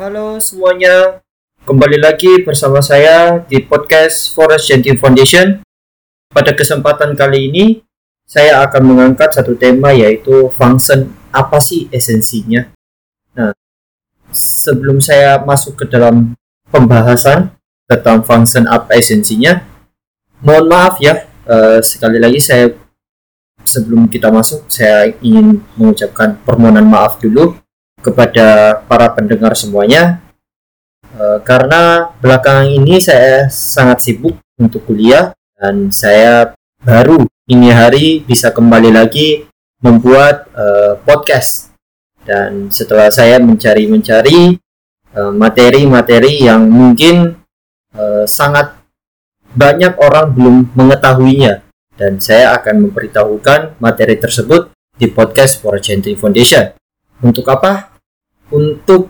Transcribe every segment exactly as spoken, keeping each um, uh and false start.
Halo semuanya, kembali lagi bersama saya di podcast Forest Gentil Foundation. Pada kesempatan kali ini, saya akan mengangkat satu tema yaitu function. Apa sih esensinya? Nah, sebelum saya masuk ke dalam pembahasan tentang function apa esensinya, mohon maaf ya, uh, sekali lagi saya sebelum kita masuk, saya ingin mengucapkan permohonan maaf dulu kepada para pendengar semuanya, e, karena belakangan ini saya sangat sibuk untuk kuliah dan saya baru ini hari bisa kembali lagi membuat e, podcast. Dan setelah saya mencari-mencari e, materi-materi yang mungkin e, sangat banyak orang belum mengetahuinya, dan saya akan memberitahukan materi tersebut di podcast Forest Gentil Foundation. Untuk apa? Untuk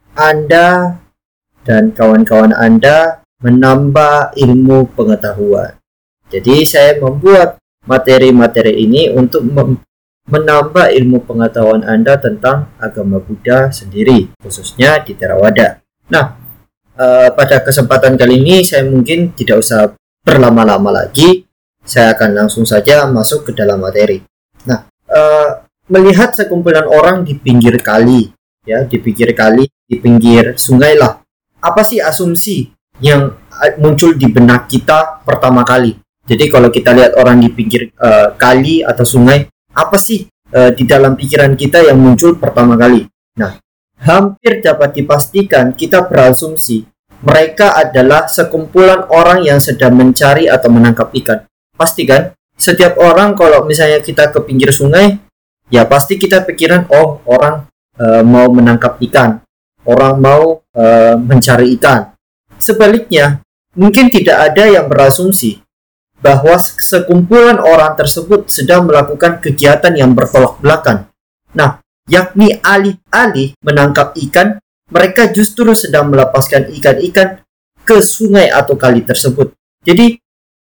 Anda dan kawan-kawan Anda menambah ilmu pengetahuan. Jadi saya membuat materi-materi ini untuk mem- menambah ilmu pengetahuan Anda tentang agama Buddha sendiri, khususnya di Theravada. Nah, eh, pada kesempatan kali ini saya mungkin tidak usah berlama-lama lagi. Saya akan langsung saja masuk ke dalam materi. Nah, eh, melihat sekumpulan orang di pinggir kali, ya di pinggir kali, di pinggir sungai lah. Apa sih asumsi yang muncul di benak kita pertama kali? Jadi kalau kita lihat orang di pinggir uh, kali atau sungai, apa sih uh, di dalam pikiran kita yang muncul pertama kali? Nah, hampir dapat dipastikan kita berasumsi mereka adalah sekumpulan orang yang sedang mencari atau menangkap ikan. Pasti kan? Setiap orang kalau misalnya kita ke pinggir sungai, ya pasti kita pikiran, oh orang Uh, mau menangkap ikan, orang mau uh, mencari ikan. Sebaliknya, mungkin tidak ada yang berasumsi bahwa sekumpulan orang tersebut sedang melakukan kegiatan yang bertolak belakang. Nah, yakni alih-alih menangkap ikan, mereka justru sedang melepaskan ikan-ikan ke sungai atau kali tersebut. Jadi,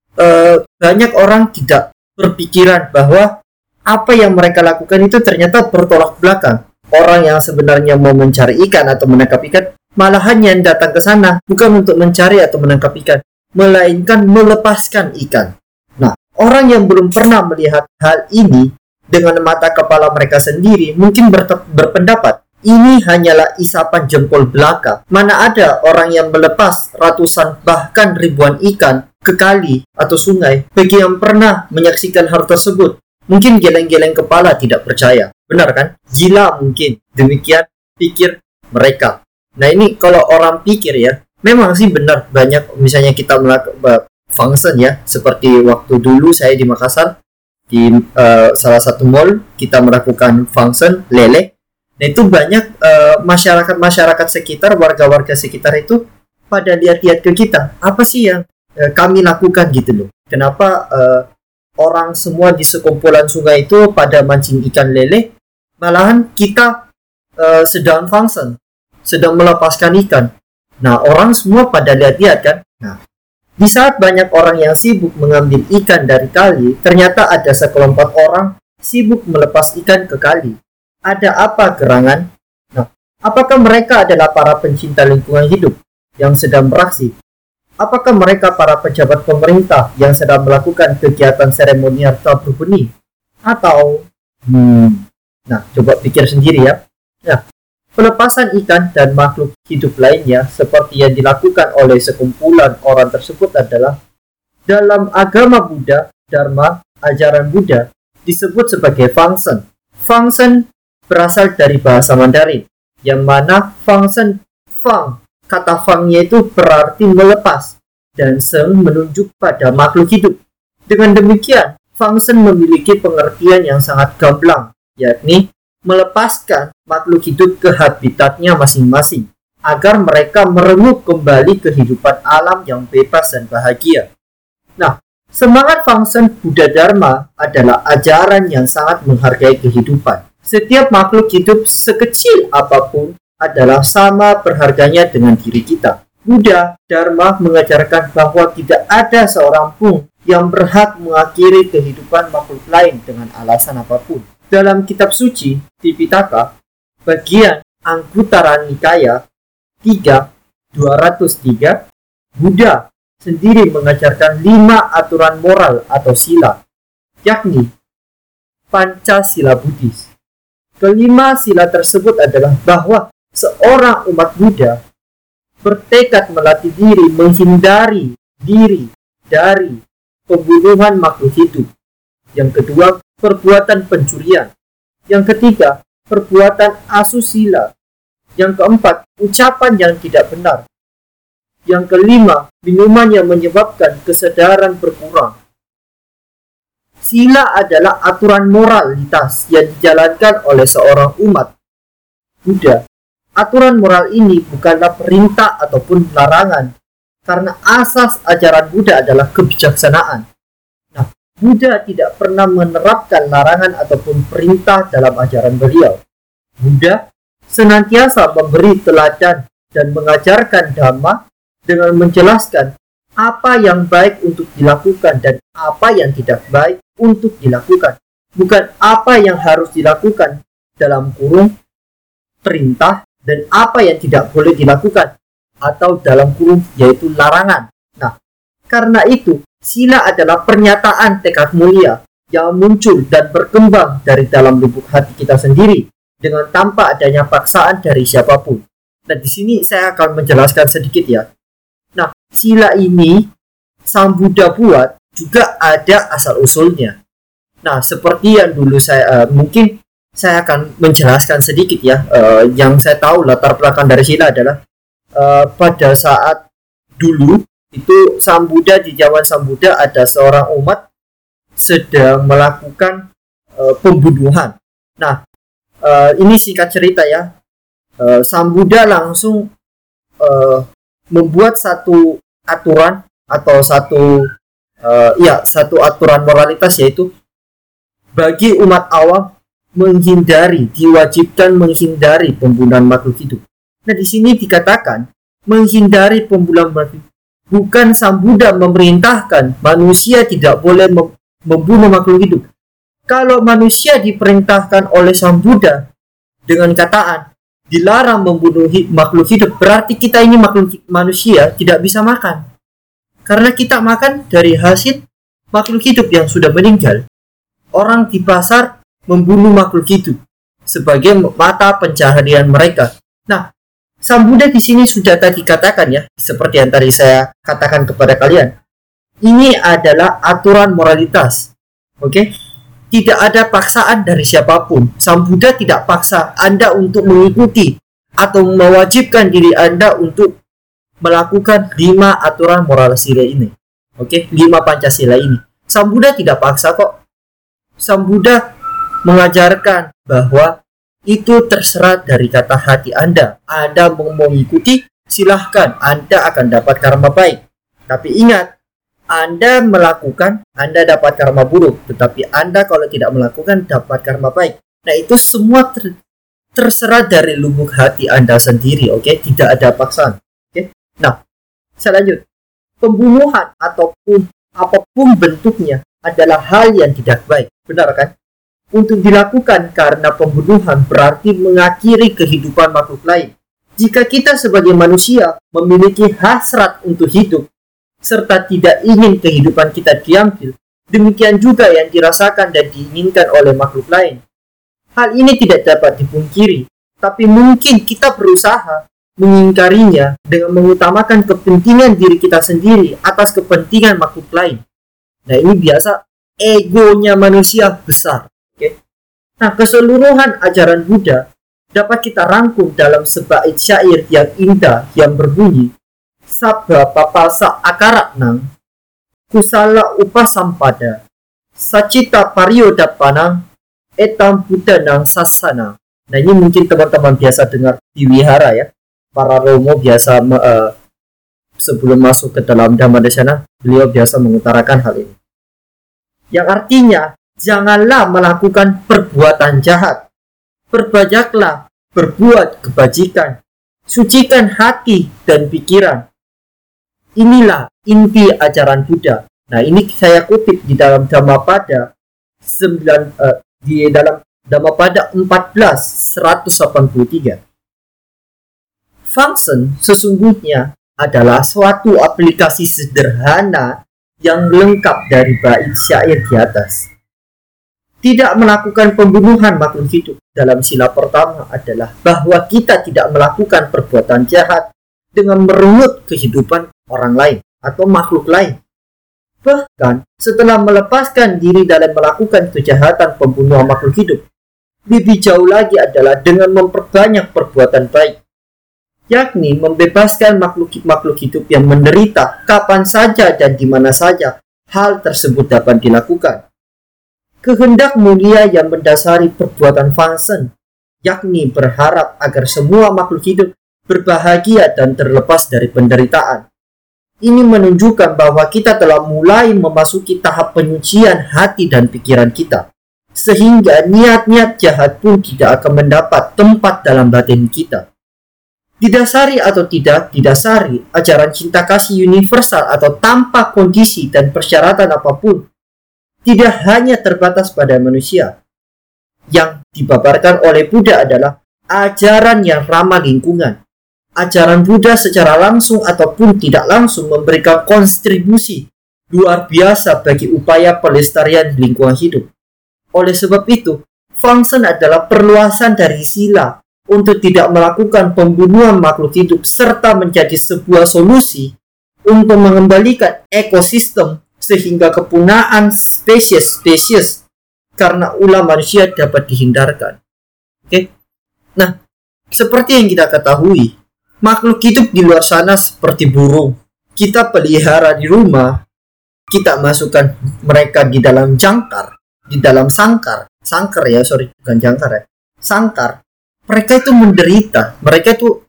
uh, banyak orang tidak berpikiran bahwa apa yang mereka lakukan itu ternyata bertolak belakang. Orang yang sebenarnya mau mencari ikan atau menangkap ikan malahan yang datang ke sana bukan untuk mencari atau menangkap ikan, melainkan melepaskan ikan. Nah, orang yang belum pernah melihat hal ini dengan mata kepala mereka sendiri mungkin ber- berpendapat ini hanyalah isapan jempol belaka. Mana ada orang yang melepas ratusan bahkan ribuan ikan ke kali atau sungai? Bagi yang pernah menyaksikan hal tersebut, mungkin geleng-geleng kepala tidak percaya. Benar kan? Gila mungkin. Demikian pikir mereka. Nah ini kalau orang pikir ya, memang sih benar banyak misalnya kita melakukan function ya. Seperti waktu dulu saya di Makassar, di uh, salah satu mall, kita melakukan function lele. Nah itu banyak uh, masyarakat-masyarakat sekitar, warga-warga sekitar itu pada lihat-lihat ke kita. Apa sih yang uh, kami lakukan gitu loh. Kenapa uh, orang semua di sekumpulan sungai itu pada mancing ikan lele, malahan kita uh, sedang function, sedang melepaskan ikan. Nah, orang semua pada lihat-lihat kan. Nah, di saat banyak orang yang sibuk mengambil ikan dari kali, ternyata ada sekelompok orang sibuk melepas ikan ke kali. Ada apa gerangan? Nah, apakah mereka adalah para pencinta lingkungan hidup yang sedang beraksi? Apakah mereka para pejabat pemerintah yang sedang melakukan kegiatan seremonial tabur benih? Atau, hmm, nah coba pikir sendiri ya. Nah, pelepasan ikan dan makhluk hidup lainnya seperti yang dilakukan oleh sekumpulan orang tersebut adalah dalam agama Buddha, Dharma, ajaran Buddha disebut sebagai function. Function berasal dari bahasa Mandarin, yang mana function, fang, kata fangnya itu berarti melepas, dan seng menunjuk pada makhluk hidup. Dengan demikian, function memiliki pengertian yang sangat gamblang, yakni melepaskan makhluk hidup ke habitatnya masing-masing, agar mereka merenung kembali kehidupan alam yang bebas dan bahagia. Nah, semangat function Buddha Dharma adalah ajaran yang sangat menghargai kehidupan. Setiap makhluk hidup sekecil apapun adalah sama berharganya dengan diri kita. Buddha Dharma mengajarkan bahwa tidak ada seorang pun yang berhak mengakhiri kehidupan makhluk lain dengan alasan apapun. Dalam kitab suci Tipitaka, bagian Anguttara Nikaya, tiga dua ratus tiga, Buddha sendiri mengajarkan lima aturan moral atau sila, yakni Pancasila Buddhis. Kelima sila tersebut adalah bahwa seorang umat Buddha bertekad melatih diri menghindari diri dari pembunuhan makhluk hidup. Yang kedua, perbuatan pencurian. Yang ketiga, perbuatan asusila. Yang keempat, ucapan yang tidak benar. Yang kelima, minuman yang menyebabkan kesadaran berkurang. Sila adalah aturan moralitas yang dijalankan oleh seorang umat Buddha. Aturan moral ini bukanlah perintah ataupun larangan, karena asas ajaran Buddha adalah kebijaksanaan. Nah, Buddha tidak pernah menerapkan larangan ataupun perintah dalam ajaran beliau. Buddha senantiasa memberi teladan dan mengajarkan dhamma dengan menjelaskan apa yang baik untuk dilakukan dan apa yang tidak baik untuk dilakukan. Bukan apa yang harus dilakukan dalam kurung perintah dan apa yang tidak boleh dilakukan atau dalam kurung yaitu larangan. Nah, karena itu sila adalah pernyataan tekad mulia yang muncul dan berkembang dari dalam lubuk hati kita sendiri dengan tanpa adanya paksaan dari siapapun. Nah, di sini saya akan menjelaskan sedikit ya. Nah, sila ini Sang Buddha buat juga ada asal-usulnya. Nah, seperti yang dulu saya uh, mungkin saya akan menjelaskan sedikit ya. Uh, yang saya tahu latar belakang dari sila adalah uh, pada saat dulu itu Sang Buddha, di zaman Sang Buddha ada seorang umat sedang melakukan uh, pembunuhan. Nah, uh, ini singkat cerita ya. Uh, Sang Buddha langsung uh, membuat satu aturan atau satu uh, ya satu aturan moralitas, yaitu bagi umat awam menghindari, diwajibkan menghindari pembunuhan makhluk hidup. Nah, di sini dikatakan menghindari pembunuhan makhluk. Bukan Sang Buddha memerintahkan manusia tidak boleh mem- membunuh makhluk hidup. Kalau manusia diperintahkan oleh Sang Buddha dengan kataan dilarang membunuh hi- makhluk hidup, berarti kita ini makhluk manusia tidak bisa makan. Karena kita makan dari hasil makhluk hidup yang sudah meninggal. Orang di pasar membunuh makhluk hidup sebagai mata pencaharian mereka. Nah, Sang Buddha di sini sudah tadi katakan ya, seperti yang tadi saya katakan kepada kalian. Ini adalah aturan moralitas. Oke? Okay? Tidak ada paksaan dari siapapun. Sang Buddha tidak paksa Anda untuk mengikuti atau mewajibkan diri Anda untuk melakukan lima aturan moral sila ini. Oke, okay? lima Pancasila ini. Sang Buddha tidak paksa kok. Sang Buddha mengajarkan bahwa itu terserah dari kata hati Anda. Anda mau mengikuti, silahkan. Anda akan dapat karma baik. Tapi ingat, Anda melakukan, Anda dapat karma buruk. Tetapi Anda kalau tidak melakukan, dapat karma baik. Nah, itu semua ter- terserah dari lubuk hati Anda sendiri. Oke, okay? Tidak ada paksaan. Oke, okay? Nah, saya lanjut. Pembunuhan ataupun apapun bentuknya adalah hal yang tidak baik. Benar kan? Untuk dilakukan karena pembunuhan berarti mengakhiri kehidupan makhluk lain. Jika kita sebagai manusia memiliki hasrat untuk hidup, serta tidak ingin kehidupan kita diambil, demikian juga yang dirasakan dan diinginkan oleh makhluk lain. Hal ini tidak dapat dipungkiri, tapi mungkin kita berusaha mengingkarinya dengan mengutamakan kepentingan diri kita sendiri atas kepentingan makhluk lain. Nah, ini biasa egonya manusia besar. Nah, keseluruhan ajaran Buddha dapat kita rangkum dalam sebait syair yang indah yang berbunyi Sabba papasa akaratnang kusala upasampada sacita pariyodappanang etam buddhanang sasana. Nah, ini mungkin teman-teman biasa dengar di wihara ya. Para romo biasa uh, sebelum masuk ke dalam Dhammadesana, beliau biasa mengutarakan hal ini. Yang artinya, janganlah melakukan perbuatan jahat. Berbanyaklah berbuat kebajikan. Sucikan hati dan pikiran. Inilah inti ajaran Buddha. Nah, ini saya kutip di dalam Dhammapada sembilan uh, di dalam Dhammapada empat belas seratus delapan puluh tiga. Function sesungguhnya adalah suatu aplikasi sederhana yang lengkap dari bait syair di atas. Tidak melakukan pembunuhan makhluk hidup dalam sila pertama adalah bahwa kita tidak melakukan perbuatan jahat dengan merenggut kehidupan orang lain atau makhluk lain. Bahkan setelah melepaskan diri dalam melakukan kejahatan pembunuhan makhluk hidup, lebih jauh lagi adalah dengan memperbanyak perbuatan baik, yakni membebaskan makhluk-makhluk hidup yang menderita kapan saja dan di mana saja hal tersebut dapat dilakukan. Kehendak mulia yang mendasari perbuatan function, yakni berharap agar semua makhluk hidup berbahagia dan terlepas dari penderitaan. Ini menunjukkan bahwa kita telah mulai memasuki tahap penyucian hati dan pikiran kita, sehingga niat-niat jahat pun tidak akan mendapat tempat dalam batin kita. Didasari atau tidak didasari, ajaran cinta kasih universal atau tanpa kondisi dan persyaratan apapun tidak hanya terbatas pada manusia. Yang dipaparkan oleh Buddha adalah ajaran yang ramah lingkungan. Ajaran Buddha secara langsung ataupun tidak langsung memberikan kontribusi luar biasa bagi upaya pelestarian lingkungan hidup. Oleh sebab itu, function adalah perluasan dari sila untuk tidak melakukan pembunuhan makhluk hidup serta menjadi sebuah solusi untuk mengembalikan ekosistem sehingga kepunahan spesies-spesies karena ulah manusia dapat dihindarkan. Oke. Nah, seperti yang kita ketahui, makhluk hidup di luar sana seperti burung, kita pelihara di rumah, kita masukkan mereka di dalam jangkar, di dalam sangkar, sangkar ya, sorry, bukan jangkar ya, sangkar. Mereka itu menderita. Mereka itu,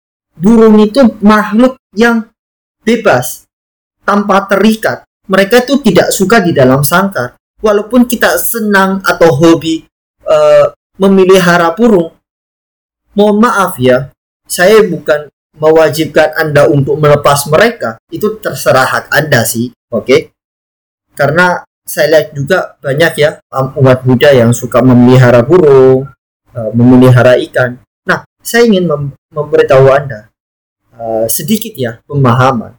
burung itu makhluk yang bebas, tanpa terikat. Mereka itu tidak suka di dalam sangkar. Walaupun kita senang atau hobi uh, memelihara burung, mohon maaf ya, saya bukan mewajibkan Anda untuk melepas mereka. Itu terserah hak Anda sih, oke? Okay? Karena saya lihat juga banyak ya umat Buddha yang suka memelihara burung, memelihara ikan. Nah, saya ingin mem- memberitahu Anda uh, sedikit ya pemahaman.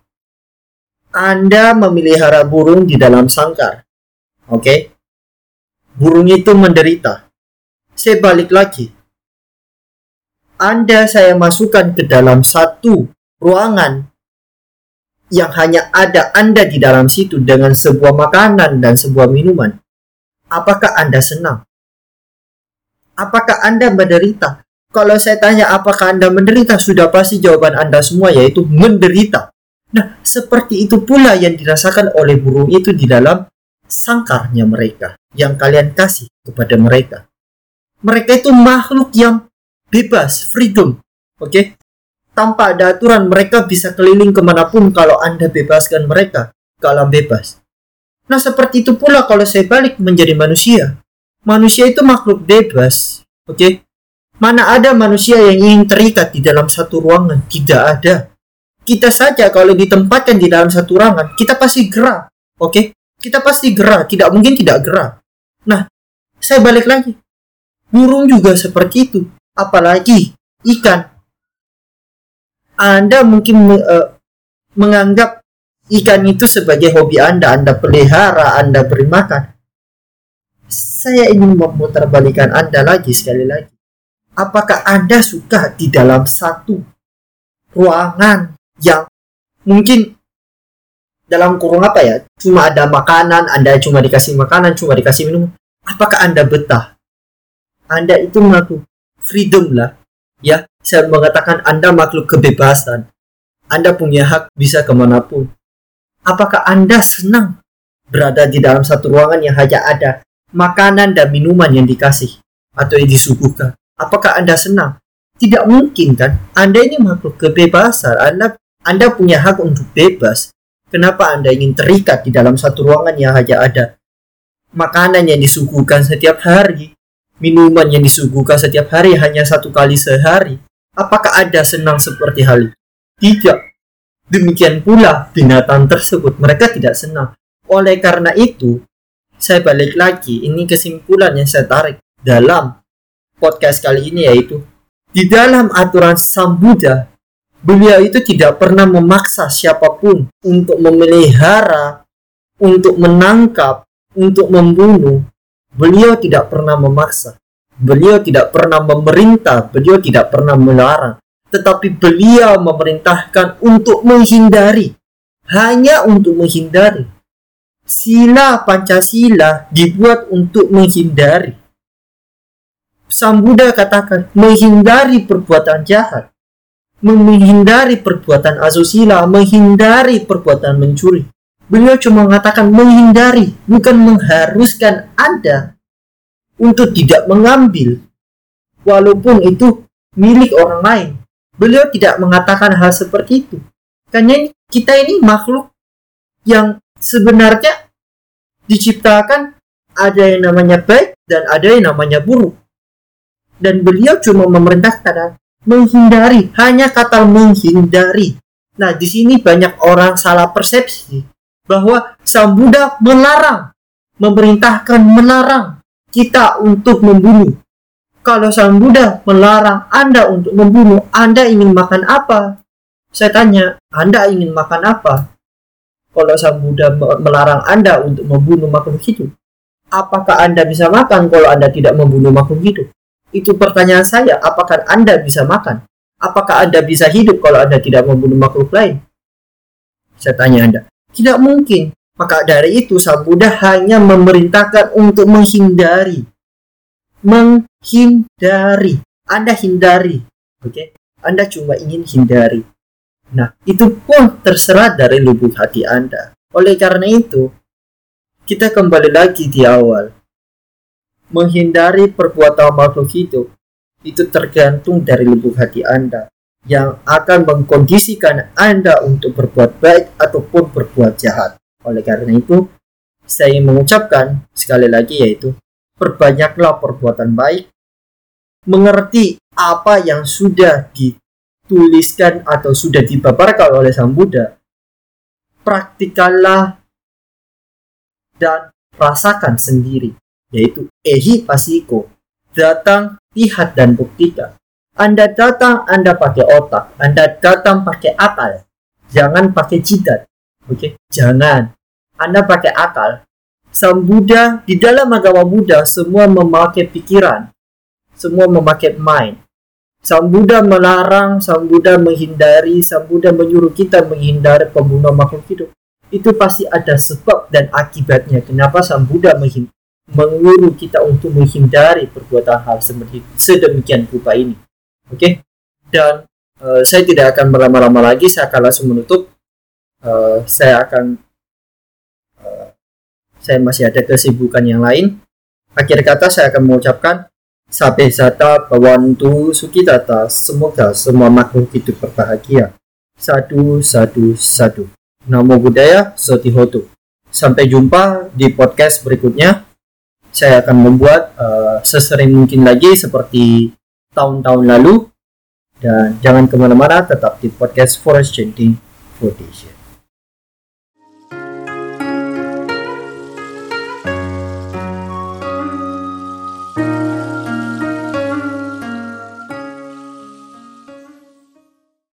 Anda memelihara burung di dalam sangkar, oke? Okay? Burung itu menderita. Saya balik lagi. Anda saya masukkan ke dalam satu ruangan yang hanya ada Anda di dalam situ dengan sebuah makanan dan sebuah minuman. Apakah Anda senang? Apakah Anda menderita? Kalau saya tanya apakah Anda menderita, sudah pasti jawaban Anda semua yaitu menderita. Nah, seperti itu pula yang dirasakan oleh burung itu di dalam sangkarnya mereka yang kalian kasih kepada mereka. Mereka itu makhluk yang bebas, freedom, oke? Okay? Tanpa ada aturan, mereka bisa keliling kemanapun kalau Anda bebaskan mereka ke alam bebas. Nah, seperti itu pula kalau saya balik menjadi manusia. Manusia itu makhluk bebas, oke? Okay? Mana ada manusia yang ingin terikat di dalam satu ruangan? Tidak ada. Kita saja kalau ditempatkan di dalam satu ruangan, kita pasti gerah, oke? Okay? Kita pasti gerah, tidak mungkin tidak gerah. Nah, saya balik lagi. Burung juga seperti itu, apalagi ikan. Anda mungkin uh, menganggap ikan itu sebagai hobi Anda, Anda pelihara, Anda beri makan. Saya ingin memutarbalikkan Anda lagi sekali lagi. Apakah Anda suka di dalam satu ruangan yang mungkin dalam kurung apa ya, cuma ada makanan, Anda cuma dikasih makanan, cuma dikasih minum. Apakah Anda betah? Anda itu makhluk freedom lah, ya. Saya mengatakan Anda makhluk kebebasan. Anda punya hak bisa kemanapun. Apakah Anda senang berada di dalam satu ruangan yang hanya ada makanan dan minuman yang dikasih atau yang disuguhkan? Apakah Anda senang? Tidak mungkin kan? Anda ini makhluk kebebasan. Anda Anda punya hak untuk bebas. Kenapa Anda ingin terikat di dalam satu ruangan yang hanya ada makanan yang disuguhkan setiap hari, minuman yang disuguhkan setiap hari hanya satu kali sehari? Apakah Anda senang seperti hal itu? Tidak. Demikian pula binatang tersebut, mereka tidak senang. Oleh karena itu, saya balik lagi, ini kesimpulan yang saya tarik dalam podcast kali ini, yaitu di dalam aturan Sang Buddha, Beliau itu tidak pernah memaksa siapapun untuk memelihara, untuk menangkap, untuk membunuh. Beliau tidak pernah memaksa. Beliau tidak pernah memerintah, beliau tidak pernah melarang. Tetapi beliau memerintahkan untuk menghindari. Hanya untuk menghindari. Sila Pancasila dibuat untuk menghindari. Sang Buddha katakan menghindari perbuatan jahat, menghindari perbuatan asusila, menghindari perbuatan mencuri. Beliau cuma mengatakan menghindari, bukan mengharuskan Anda untuk tidak mengambil, walaupun itu milik orang lain. Beliau tidak mengatakan hal seperti itu. Karena kita ini makhluk yang sebenarnya diciptakan ada yang namanya baik dan ada yang namanya buruk. Dan beliau cuma memerintahkan menghindari, hanya kata menghindari. Nah, di sini banyak orang salah persepsi bahwa Sang Buddha melarang, memerintahkan melarang kita untuk membunuh. Kalau Sang Buddha melarang Anda untuk membunuh, Anda ingin makan apa? Saya tanya, Anda ingin makan apa? Kalau Sang Buddha melarang Anda untuk membunuh makhluk hidup, apakah Anda bisa makan kalau Anda tidak membunuh makhluk hidup? Itu pertanyaan saya, apakah Anda bisa makan? Apakah Anda bisa hidup kalau Anda tidak membunuh makhluk lain? Saya tanya Anda, tidak mungkin. Maka dari itu Sang Buddha hanya memerintahkan untuk menghindari. Menghindari. Anda hindari. Oke? Okay? Anda cuma ingin hindari. Nah, itu pun terserah dari lubuk hati Anda. Oleh karena itu, kita kembali lagi di awal. Menghindari perbuatan makhluk hidup itu tergantung dari lubuk hati Anda yang akan mengkondisikan Anda untuk berbuat baik ataupun berbuat jahat. Oleh karena itu, saya mengucapkan sekali lagi yaitu perbanyaklah perbuatan baik, mengerti apa yang sudah dituliskan atau sudah dipaparkan oleh Sang Buddha, praktikanlah dan rasakan sendiri. Yaitu ehi pasiko, datang, lihat dan buktikan. Anda datang, Anda pakai otak, Anda datang pakai akal, jangan pakai jidat. Oke, okay? Jangan. Anda pakai akal. Sang Buddha di dalam agama Buddha semua memakai pikiran, semua memakai mind. Sang Buddha melarang, Sang Buddha menghindari, Sang Buddha menyuruh kita menghindari pembunuh makhluk hidup. Itu pasti ada sebab dan akibatnya. Kenapa Sang Buddha menghindari? Menyuruh kita untuk menghindari perbuatan hal seperti sedemikian rupa ini. Oke, okay? Dan uh, saya tidak akan berlama-lama lagi. Saya akan langsung menutup. Uh, saya akan uh, saya masih ada kesibukan yang lain. Akhir kata saya akan mengucapkan Sabe Sata Bawantu Sukitata. Semoga semua makhluk hidup berbahagia. Sadu, sadu, sadu. Namo Buddhaya, Sotihotu. Sampai jumpa di podcast berikutnya. Saya akan membuat uh, sesering mungkin lagi seperti tahun-tahun lalu. Dan jangan kemana-mana, tetap di podcast Forest Chanting Foundation.